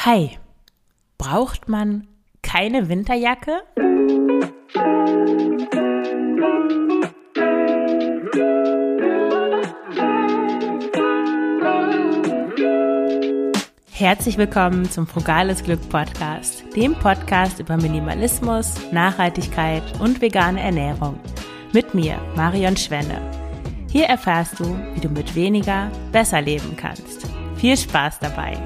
Hi, braucht man keine Winterjacke? Herzlich willkommen zum Frugales Glück Podcast, dem Podcast über Minimalismus, Nachhaltigkeit und vegane Ernährung. Mit mir, Marion Schwenne. Hier erfährst du, wie du mit weniger besser leben kannst. Viel Spaß dabei!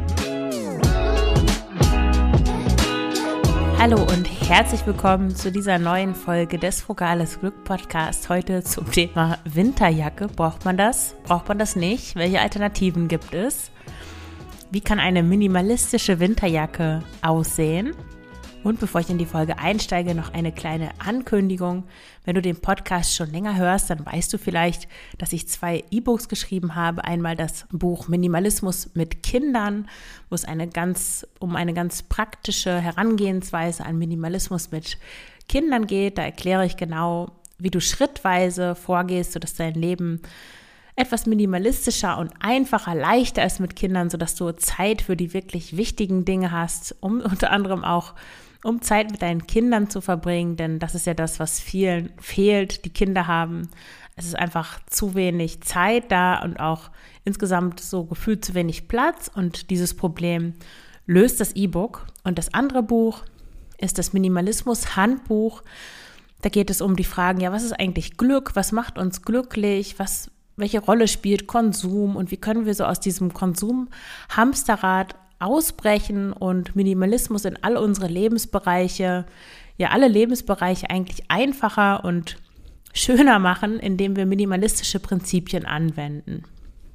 Hallo und herzlich willkommen zu dieser neuen Folge des Frugales Glück Podcast. Heute zum Thema Winterjacke. Braucht man das? Braucht man das nicht? Welche Alternativen gibt es? Wie kann eine minimalistische Winterjacke aussehen? Und bevor ich in die Folge einsteige, noch eine kleine Ankündigung. Wenn du den Podcast schon länger hörst, dann weißt du vielleicht, dass ich 2 E-Books geschrieben habe. Einmal das Buch Minimalismus mit Kindern, wo es um eine ganz praktische Herangehensweise an Minimalismus mit Kindern geht. Da erkläre ich genau, wie du schrittweise vorgehst, sodass dein Leben etwas minimalistischer und einfacher, leichter ist mit Kindern, sodass du Zeit für die wirklich wichtigen Dinge hast, unter anderem auch um Zeit mit deinen Kindern zu verbringen, denn das ist ja das, was vielen fehlt. Die Kinder haben, es ist einfach zu wenig Zeit da und auch insgesamt so gefühlt zu wenig Platz, und dieses Problem löst das E-Book. Und das andere Buch ist das Minimalismus-Handbuch. Da geht es um die Fragen, ja, was ist eigentlich Glück? Was macht uns glücklich? Welche Rolle spielt Konsum und wie können wir so aus diesem Konsum-Hamsterrad ausbrechen und Minimalismus in alle unsere Lebensbereiche, ja alle Lebensbereiche eigentlich einfacher und schöner machen, indem wir minimalistische Prinzipien anwenden.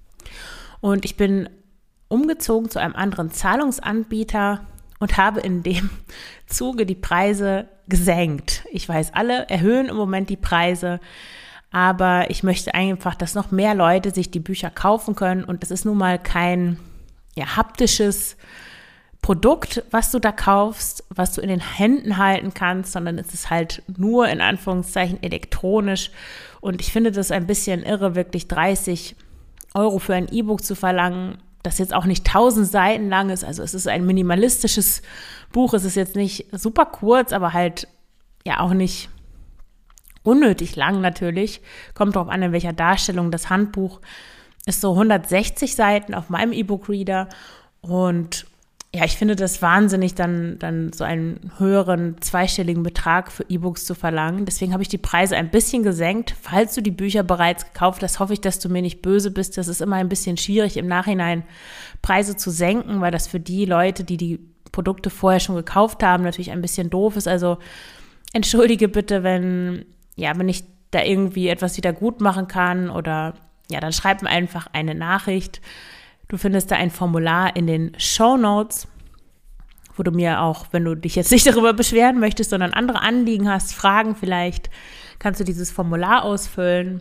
Und ich bin umgezogen zu einem anderen Zahlungsanbieter und habe in dem Zuge die Preise gesenkt. Ich weiß, alle erhöhen im Moment die Preise, aber ich möchte einfach, dass noch mehr Leute sich die Bücher kaufen können, und es ist nun mal kein haptisches Produkt, was du da kaufst, was du in den Händen halten kannst, sondern es ist halt nur in Anführungszeichen elektronisch, und ich finde das ein bisschen irre, wirklich 30 € für ein E-Book zu verlangen, das jetzt auch nicht 1000 Seiten lang ist. Also es ist ein minimalistisches Buch, es ist jetzt nicht super kurz, aber halt ja auch nicht unnötig lang natürlich, kommt darauf an, in welcher Darstellung. Das Handbuch ist so 160 Seiten auf meinem E-Book-Reader, und ja, ich finde das wahnsinnig, dann so einen höheren zweistelligen Betrag für E-Books zu verlangen. Deswegen habe ich die Preise ein bisschen gesenkt. Falls du die Bücher bereits gekauft hast, hoffe ich, dass du mir nicht böse bist. Das ist immer ein bisschen schwierig, im Nachhinein Preise zu senken, weil das für die Leute, die die Produkte vorher schon gekauft haben, natürlich ein bisschen doof ist. Also entschuldige bitte, wenn ich da irgendwie etwas wieder gut machen kann, oder ja, dann schreib mir einfach eine Nachricht. Du findest da ein Formular in den Shownotes, wo du mir auch, wenn du dich jetzt nicht darüber beschweren möchtest, sondern andere Anliegen hast, Fragen vielleicht, kannst du dieses Formular ausfüllen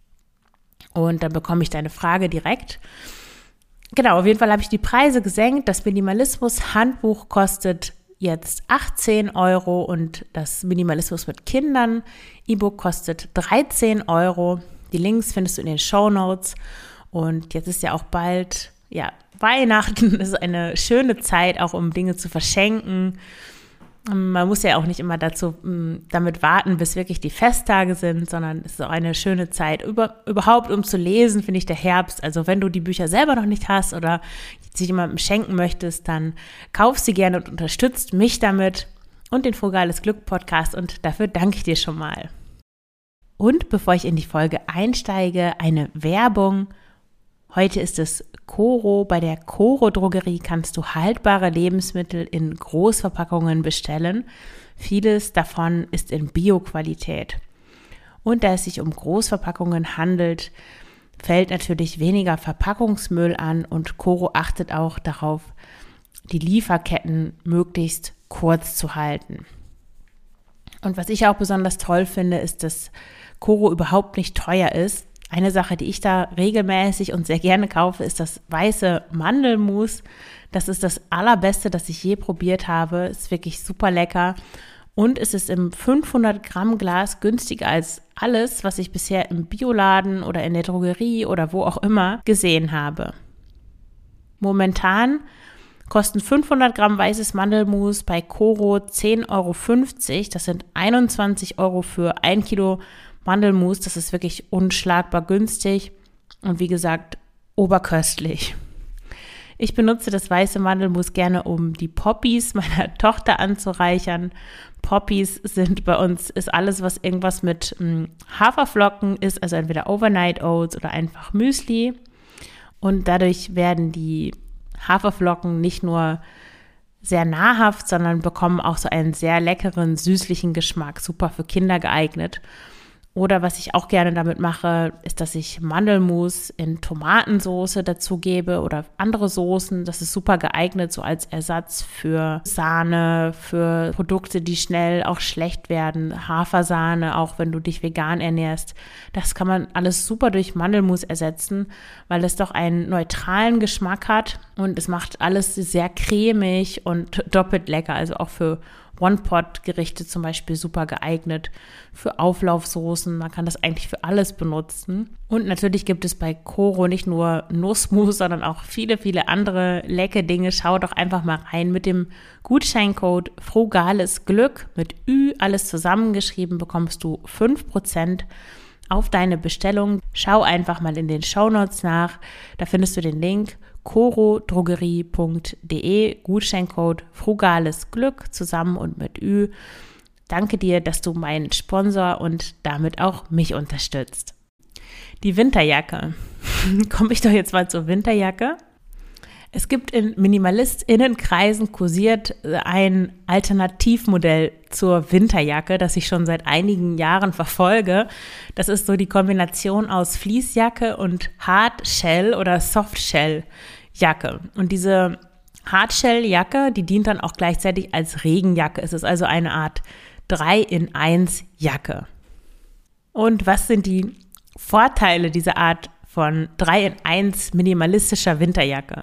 und dann bekomme ich deine Frage direkt. Genau, auf jeden Fall habe ich die Preise gesenkt. Das Minimalismus-Handbuch kostet jetzt 18 € und das Minimalismus mit Kindern E-Book kostet 13 €. Die Links findest du in den Shownotes. Und jetzt ist ja auch bald Weihnachten. Das ist eine schöne Zeit, auch um Dinge zu verschenken. Man muss ja auch nicht immer damit warten, bis wirklich die Festtage sind, sondern es ist auch eine schöne Zeit. Überhaupt, um zu lesen, finde ich der Herbst. Also wenn du die Bücher selber noch nicht hast oder sie jemandem schenken möchtest, dann kauf sie gerne und unterstützt mich damit und den Frugales Glück Podcast, und dafür danke ich dir schon mal. Und bevor ich in die Folge einsteige, eine Werbung. Heute ist es Coro. Bei der Coro Drogerie kannst du haltbare Lebensmittel in Großverpackungen bestellen. Vieles davon ist in Bio-Qualität. Und da es sich um Großverpackungen handelt, fällt natürlich weniger Verpackungsmüll an, und Coro achtet auch darauf, die Lieferketten möglichst kurz zu halten. Und was ich auch besonders toll finde, ist, dass Coro überhaupt nicht teuer ist. Eine Sache, die ich da regelmäßig und sehr gerne kaufe, ist das weiße Mandelmus. Das ist das allerbeste, das ich je probiert habe. Ist wirklich super lecker. Und es ist im 500 Gramm Glas günstiger als alles, was ich bisher im Bioladen oder in der Drogerie oder wo auch immer gesehen habe. Momentan kosten 500 Gramm weißes Mandelmus bei Coro 10,50 €. Das sind 21 € für 1 Kilo Mandelmus. Das ist wirklich unschlagbar günstig und wie gesagt, oberköstlich. Ich benutze das weiße Mandelmus gerne, um die Poppies meiner Tochter anzureichern. Poppies sind bei uns, ist alles, was irgendwas mit Haferflocken ist, also entweder Overnight Oats oder einfach Müsli. Und dadurch werden die Haferflocken nicht nur sehr nahrhaft, sondern bekommen auch so einen sehr leckeren, süßlichen Geschmack. Super für Kinder geeignet. Oder was ich auch gerne damit mache, ist, dass ich Mandelmus in Tomatensoße dazu gebe oder andere Soßen. Das ist super geeignet, so als Ersatz für Sahne, für Produkte, die schnell auch schlecht werden. Hafersahne, auch wenn du dich vegan ernährst. Das kann man alles super durch Mandelmus ersetzen, weil es doch einen neutralen Geschmack hat und es macht alles sehr cremig und doppelt lecker. Also auch für One-Pot-Gerichte zum Beispiel super geeignet, für Auflaufsoßen, man kann das eigentlich für alles benutzen. Und natürlich gibt es bei Coro nicht nur Nussmus, sondern auch viele, viele andere leckere Dinge. Schau doch einfach mal rein. Mit dem Gutscheincode Frugales Glück mit Ü, alles zusammengeschrieben, bekommst du 5% auf deine Bestellung. Schau einfach mal in den Shownotes nach, da findest du den Link corodrogerie.de, Gutscheincode Frugales Glück zusammen und mit Ü. Danke dir, dass du mein Sponsor und damit auch mich unterstützt. Die Winterjacke. Komme ich doch jetzt mal zur Winterjacke. Es gibt in MinimalistInnenkreisen kursiert ein Alternativmodell zur Winterjacke, das ich schon seit einigen Jahren verfolge. Das ist so die Kombination aus Fleecejacke und Hardshell oder Softshell-Jacke. Und diese Hardshell-Jacke, die dient dann auch gleichzeitig als Regenjacke. Es ist also eine Art 3-in-1-Jacke. Und was sind die Vorteile dieser Art von 3-in-1 minimalistischer Winterjacke?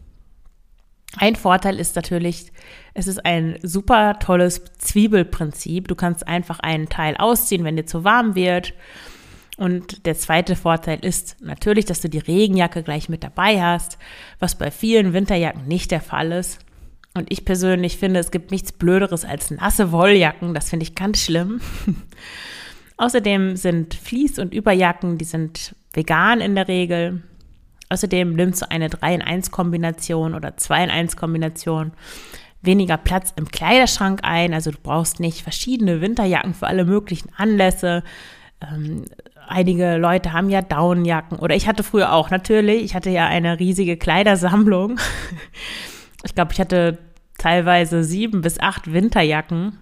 Ein Vorteil ist natürlich, es ist ein super tolles Zwiebelprinzip. Du kannst einfach einen Teil ausziehen, wenn dir zu warm wird. Und der zweite Vorteil ist natürlich, dass du die Regenjacke gleich mit dabei hast, was bei vielen Winterjacken nicht der Fall ist. Und ich persönlich finde, es gibt nichts Blöderes als nasse Wolljacken. Das finde ich ganz schlimm. Außerdem sind Fleece- und Überjacken, die sind vegan in der Regel. Außerdem nimmst du eine 3-in-1-Kombination oder 2-in-1-Kombination weniger Platz im Kleiderschrank ein. Also du brauchst nicht verschiedene Winterjacken für alle möglichen Anlässe. Einige Leute haben ja Daunenjacken oder ich hatte früher auch natürlich. Ich hatte ja eine riesige Kleidersammlung. Ich glaube, ich hatte teilweise 7 bis 8 Winterjacken.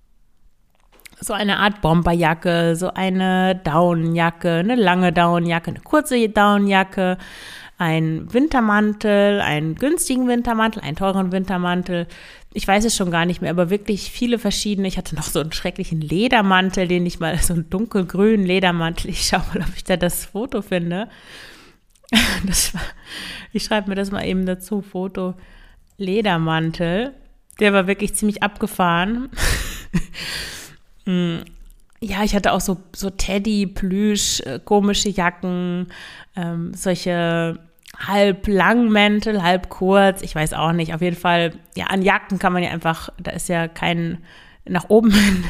So eine Art Bomberjacke, so eine Daunenjacke, eine lange Daunenjacke, eine kurze Daunenjacke, ein Wintermantel, einen günstigen Wintermantel, einen teuren Wintermantel. Ich weiß es schon gar nicht mehr, aber wirklich viele verschiedene. Ich hatte noch so einen schrecklichen Ledermantel, so einen dunkelgrünen Ledermantel. Ich schaue mal, ob ich da das Foto finde. Ich schreibe mir das mal eben dazu, Foto Ledermantel. Der war wirklich ziemlich abgefahren. Ja, ich hatte auch so Teddy, Plüsch, komische Jacken, solche halb langen Mäntel, halb kurz, ich weiß auch nicht. Auf jeden Fall, ja, an Jacken kann man ja einfach, da ist ja nach oben hin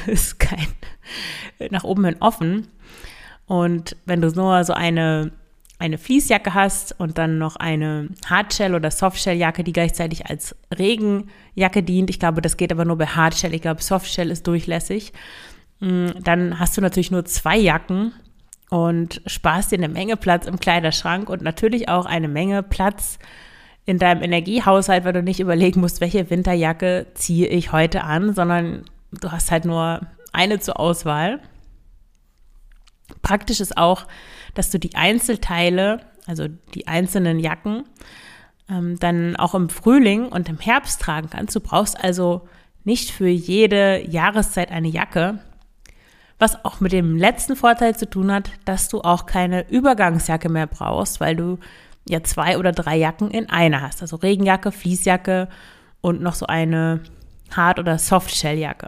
offen. Und wenn du nur so eine Fleecejacke hast und dann noch eine Hardshell- oder Softshell-Jacke, die gleichzeitig als Regenjacke dient, ich glaube, das geht aber nur bei Hardshell, ich glaube, Softshell ist durchlässig, dann hast du natürlich nur 2 Jacken und sparst dir eine Menge Platz im Kleiderschrank und natürlich auch eine Menge Platz in deinem Energiehaushalt, weil du nicht überlegen musst, welche Winterjacke ziehe ich heute an, sondern du hast halt nur eine zur Auswahl. Praktisch ist auch, dass du die Einzelteile, also die einzelnen Jacken, dann auch im Frühling und im Herbst tragen kannst. Du brauchst also nicht für jede Jahreszeit eine Jacke, was auch mit dem letzten Vorteil zu tun hat, dass du auch keine Übergangsjacke mehr brauchst, weil du ja 2 oder 3 Jacken in einer hast. Also Regenjacke, Fleecejacke und noch so eine Hard- oder Softshell-Jacke.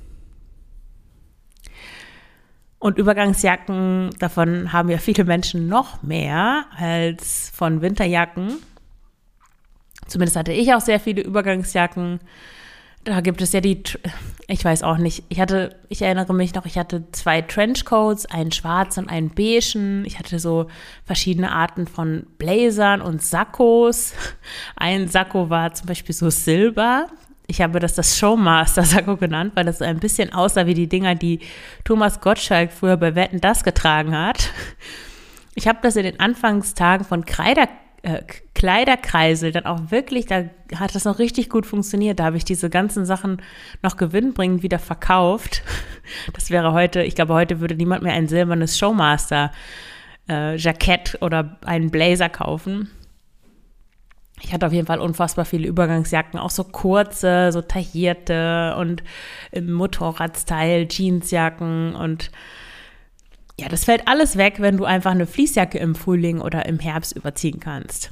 Und Übergangsjacken, davon haben ja viele Menschen noch mehr als von Winterjacken. Zumindest hatte ich auch sehr viele Übergangsjacken. Da gibt es ja ich weiß auch nicht, ich erinnere mich noch, ich hatte 2 Trenchcoats, einen schwarzen und einen beigen. Ich hatte so verschiedene Arten von Blazern und Sakkos. Ein Sakko war zum Beispiel so silber. Ich habe das Showmaster-Sakko genannt, weil das so ein bisschen aussah wie die Dinger, die Thomas Gottschalk früher bei Wetten, dass getragen hat. Ich habe das in den Anfangstagen von Kleiderkreisel dann auch wirklich, da hat das noch richtig gut funktioniert. Da habe ich diese ganzen Sachen noch gewinnbringend wieder verkauft. Das wäre heute, ich glaube, heute würde niemand mehr ein silbernes Showmaster-Jackett oder einen Blazer kaufen. Ich hatte auf jeden Fall unfassbar viele Übergangsjacken, auch so kurze, so taillierte und im Motorradstyle, Jeansjacken und ja, das fällt alles weg, wenn du einfach eine Fließjacke im Frühling oder im Herbst überziehen kannst.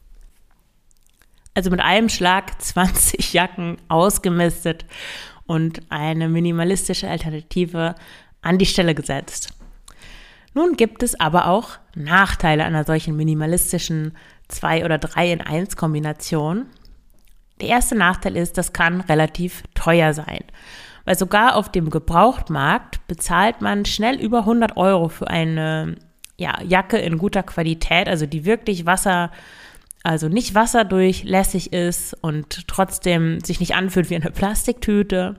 Also mit einem Schlag 20 Jacken ausgemistet und eine minimalistische Alternative an die Stelle gesetzt. Nun gibt es aber auch Nachteile einer solchen minimalistischen 2 oder 3 in 1 Kombination. Der erste Nachteil ist, das kann relativ teuer sein. Weil sogar auf dem Gebrauchtmarkt bezahlt man schnell über 100 € für eine Jacke in guter Qualität, also die wirklich nicht wasserdurchlässig ist und trotzdem sich nicht anfühlt wie eine Plastiktüte.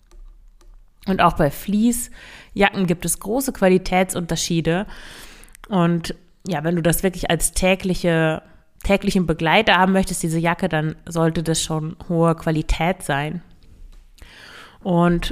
Und auch bei Fleecejacken gibt es große Qualitätsunterschiede. Und ja, wenn du das wirklich als täglichen Begleiter haben möchtest, diese Jacke, dann sollte das schon hohe Qualität sein. Und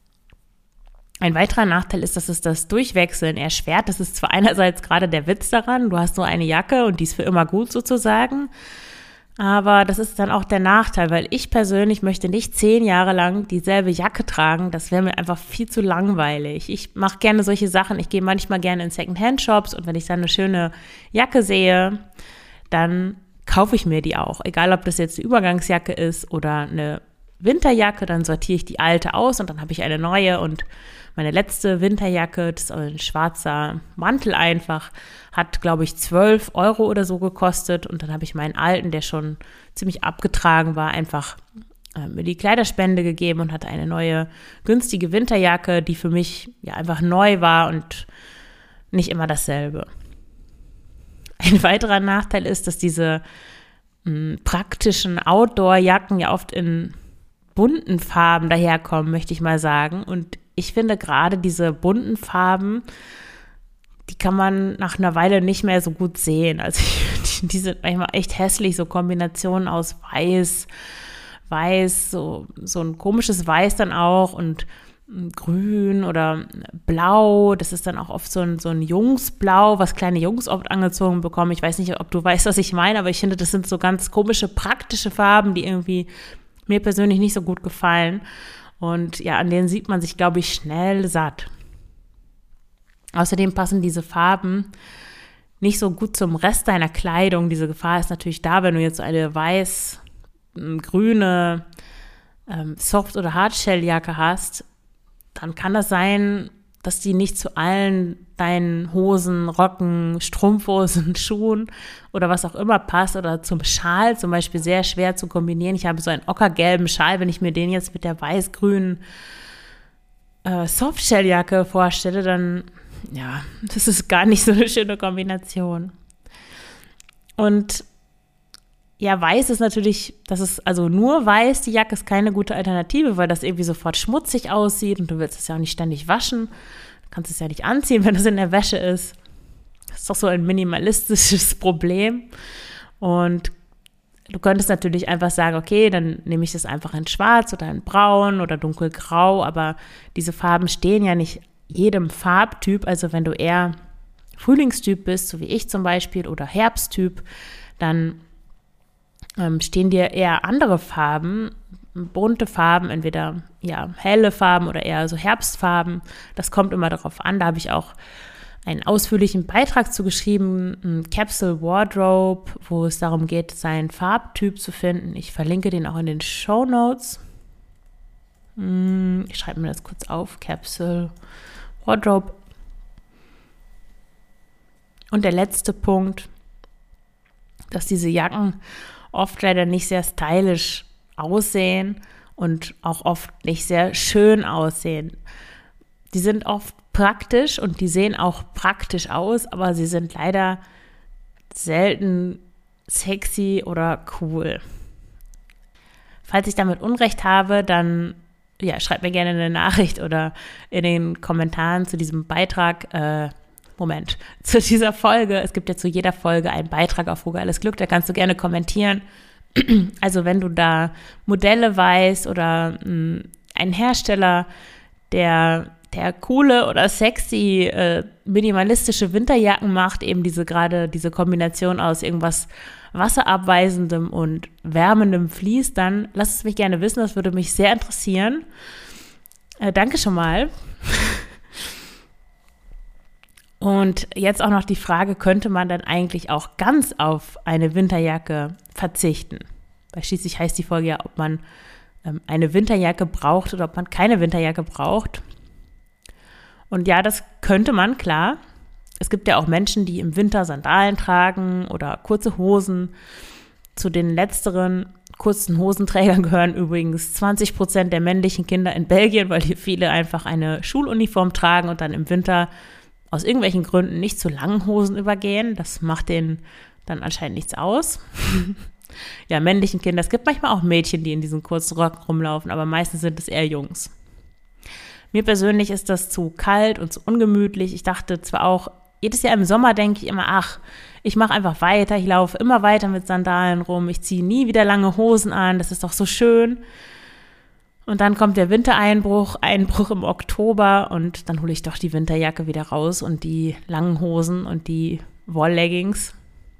ein weiterer Nachteil ist, dass es das Durchwechseln erschwert. Das ist zwar einerseits gerade der Witz daran, du hast nur eine Jacke und die ist für immer gut sozusagen, aber das ist dann auch der Nachteil, weil ich persönlich möchte nicht 10 Jahre lang dieselbe Jacke tragen. Das wäre mir einfach viel zu langweilig. Ich mache gerne solche Sachen. Ich gehe manchmal gerne in Secondhand-Shops und wenn ich dann eine schöne Jacke sehe, dann kaufe ich mir die auch. Egal, ob das jetzt eine Übergangsjacke ist oder eine Winterjacke, dann sortiere ich die alte aus und dann habe ich eine neue und meine letzte Winterjacke, das ist ein schwarzer Mantel einfach, hat, glaube ich, 12 € oder so gekostet und dann habe ich meinen alten, der schon ziemlich abgetragen war, einfach mir die Kleiderspende gegeben und hatte eine neue günstige Winterjacke, die für mich ja einfach neu war und nicht immer dasselbe. Ein weiterer Nachteil ist, dass diese praktischen Outdoor-Jacken ja oft in bunten Farben daherkommen, möchte ich mal sagen. Und ich finde gerade diese bunten Farben, die kann man nach einer Weile nicht mehr so gut sehen. Also die sind manchmal echt hässlich, so Kombinationen aus Weiß, so ein komisches Weiß dann auch und Grün oder Blau. Das ist dann auch oft so ein Jungsblau, was kleine Jungs oft angezogen bekommen. Ich weiß nicht, ob du weißt, was ich meine, aber ich finde, das sind so ganz komische, praktische Farben, die irgendwie mir persönlich nicht so gut gefallen. Und ja, an denen sieht man sich, glaube ich, schnell satt. Außerdem passen diese Farben nicht so gut zum Rest deiner Kleidung. Diese Gefahr ist natürlich da, wenn du jetzt eine weiß-grüne Soft- oder Hardshelljacke hast, dann kann das sein, dass die nicht zu allen deinen Hosen, Rocken, Strumpfhosen, Schuhen oder was auch immer passt oder zum Schal zum Beispiel sehr schwer zu kombinieren. Ich habe so einen ockergelben Schal, wenn ich mir den jetzt mit der weiß-grünen Softshelljacke vorstelle, dann ja, das ist gar nicht so eine schöne Kombination. Und ja, weiß ist natürlich, also nur weiß, die Jacke ist keine gute Alternative, weil das irgendwie sofort schmutzig aussieht und du willst es ja auch nicht ständig waschen. Du kannst es ja nicht anziehen, wenn es in der Wäsche ist. Das ist doch so ein minimalistisches Problem. Und du könntest natürlich einfach sagen, okay, dann nehme ich das einfach in schwarz oder in braun oder dunkelgrau, aber diese Farben stehen ja nicht jedem Farbtyp. Also wenn du eher Frühlingstyp bist, so wie ich zum Beispiel, oder Herbsttyp, dann stehen dir eher andere Farben, bunte Farben, entweder ja helle Farben oder eher so Herbstfarben. Das kommt immer darauf an. Da habe ich auch einen ausführlichen Beitrag zu geschrieben, Capsule Wardrobe, wo es darum geht, seinen Farbtyp zu finden. Ich verlinke den auch in den Shownotes. Ich schreibe mir das kurz auf, Capsule Wardrobe. Und der letzte Punkt, dass diese Jacken oft leider nicht sehr stylisch aussehen und auch oft nicht sehr schön aussehen. Die sind oft praktisch und die sehen auch praktisch aus, aber sie sind leider selten sexy oder cool. Falls ich damit Unrecht habe, dann schreibt mir gerne eine Nachricht oder in den Kommentaren zu diesem Beitrag, zu dieser Folge. Es gibt ja zu jeder Folge einen Beitrag auf Frugales Glück, da kannst du gerne kommentieren. Also wenn du da Modelle weißt oder einen Hersteller, der coole oder sexy minimalistische Winterjacken macht, eben diese Kombination aus irgendwas wasserabweisendem und wärmendem Vlies, dann lass es mich gerne wissen, das würde mich sehr interessieren. Danke schon mal. Und jetzt auch noch die Frage, könnte man dann eigentlich auch ganz auf eine Winterjacke verzichten? Weil schließlich heißt die Folge ja, ob man eine Winterjacke braucht oder ob man keine Winterjacke braucht. Und ja, das könnte man, klar. Es gibt ja auch Menschen, die im Winter Sandalen tragen oder kurze Hosen. Zu den letzteren kurzen Hosenträgern gehören übrigens 20% der männlichen Kinder in Belgien, weil hier viele einfach eine Schuluniform tragen und dann im Winter aus irgendwelchen Gründen nicht zu langen Hosen übergehen. Das macht denen dann anscheinend nichts aus. Ja, männlichen Kinder. Es gibt manchmal auch Mädchen, die in diesen kurzen Röcken rumlaufen, aber meistens sind es eher Jungs. Mir persönlich ist das zu kalt und zu ungemütlich. Ich dachte zwar auch, jedes Jahr im Sommer denke ich immer, ich mache einfach weiter, ich laufe immer weiter mit Sandalen rum, ich ziehe nie wieder lange Hosen an, das ist doch so schön. Und dann kommt der Wintereinbruch im Oktober und dann hole ich doch die Winterjacke wieder raus und die langen Hosen und die Wollleggings.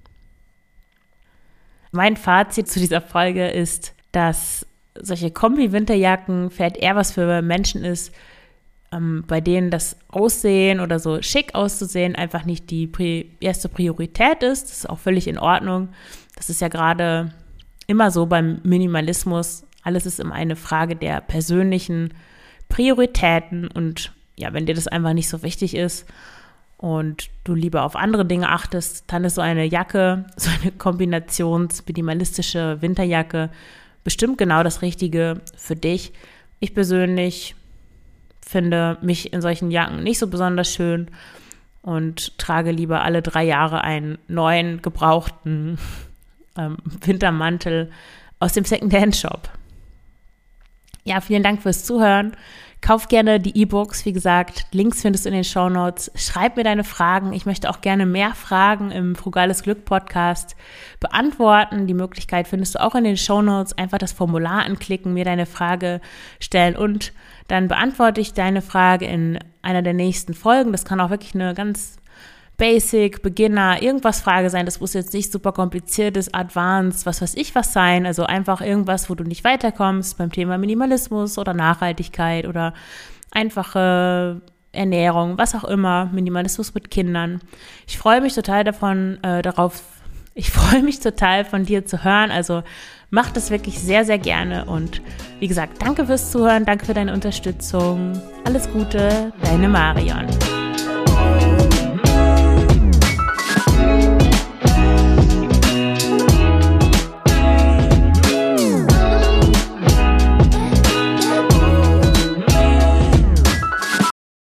Mein Fazit zu dieser Folge ist, dass solche Kombi-Winterjacken vielleicht eher was für Menschen ist, bei denen das Aussehen oder so schick auszusehen einfach nicht die erste Priorität ist. Das ist auch völlig in Ordnung. Das ist ja gerade immer so beim Minimalismus. Alles ist immer eine Frage der persönlichen Prioritäten. Und ja, wenn dir das einfach nicht so wichtig ist und du lieber auf andere Dinge achtest, dann ist so eine Jacke, so eine kombinationsminimalistische Winterjacke bestimmt genau das Richtige für dich. Ich persönlich finde mich in solchen Jacken nicht so besonders schön und trage lieber alle 3 Jahre einen neuen, gebrauchten Wintermantel aus dem Secondhand-Shop. Ja, vielen Dank fürs Zuhören. Kauf gerne die E-Books, wie gesagt, Links findest du in den Shownotes. Schreib mir deine Fragen. Ich möchte auch gerne mehr Fragen im Frugales Glück Podcast beantworten. Die Möglichkeit findest du auch in den Shownotes. Einfach das Formular anklicken, mir deine Frage stellen und dann beantworte ich deine Frage in einer der nächsten Folgen. Das kann auch wirklich eine ganz Basic, Beginner, irgendwas Frage sein. Das muss jetzt nicht super kompliziert ist, Advanced, was weiß ich was sein. Also einfach irgendwas, wo du nicht weiterkommst beim Thema Minimalismus oder Nachhaltigkeit oder einfache Ernährung, was auch immer, Minimalismus mit Kindern. Ich freue mich total von dir zu hören. Also mach das wirklich sehr, sehr gerne. Und wie gesagt, danke fürs Zuhören, danke für deine Unterstützung. Alles Gute, deine Marion.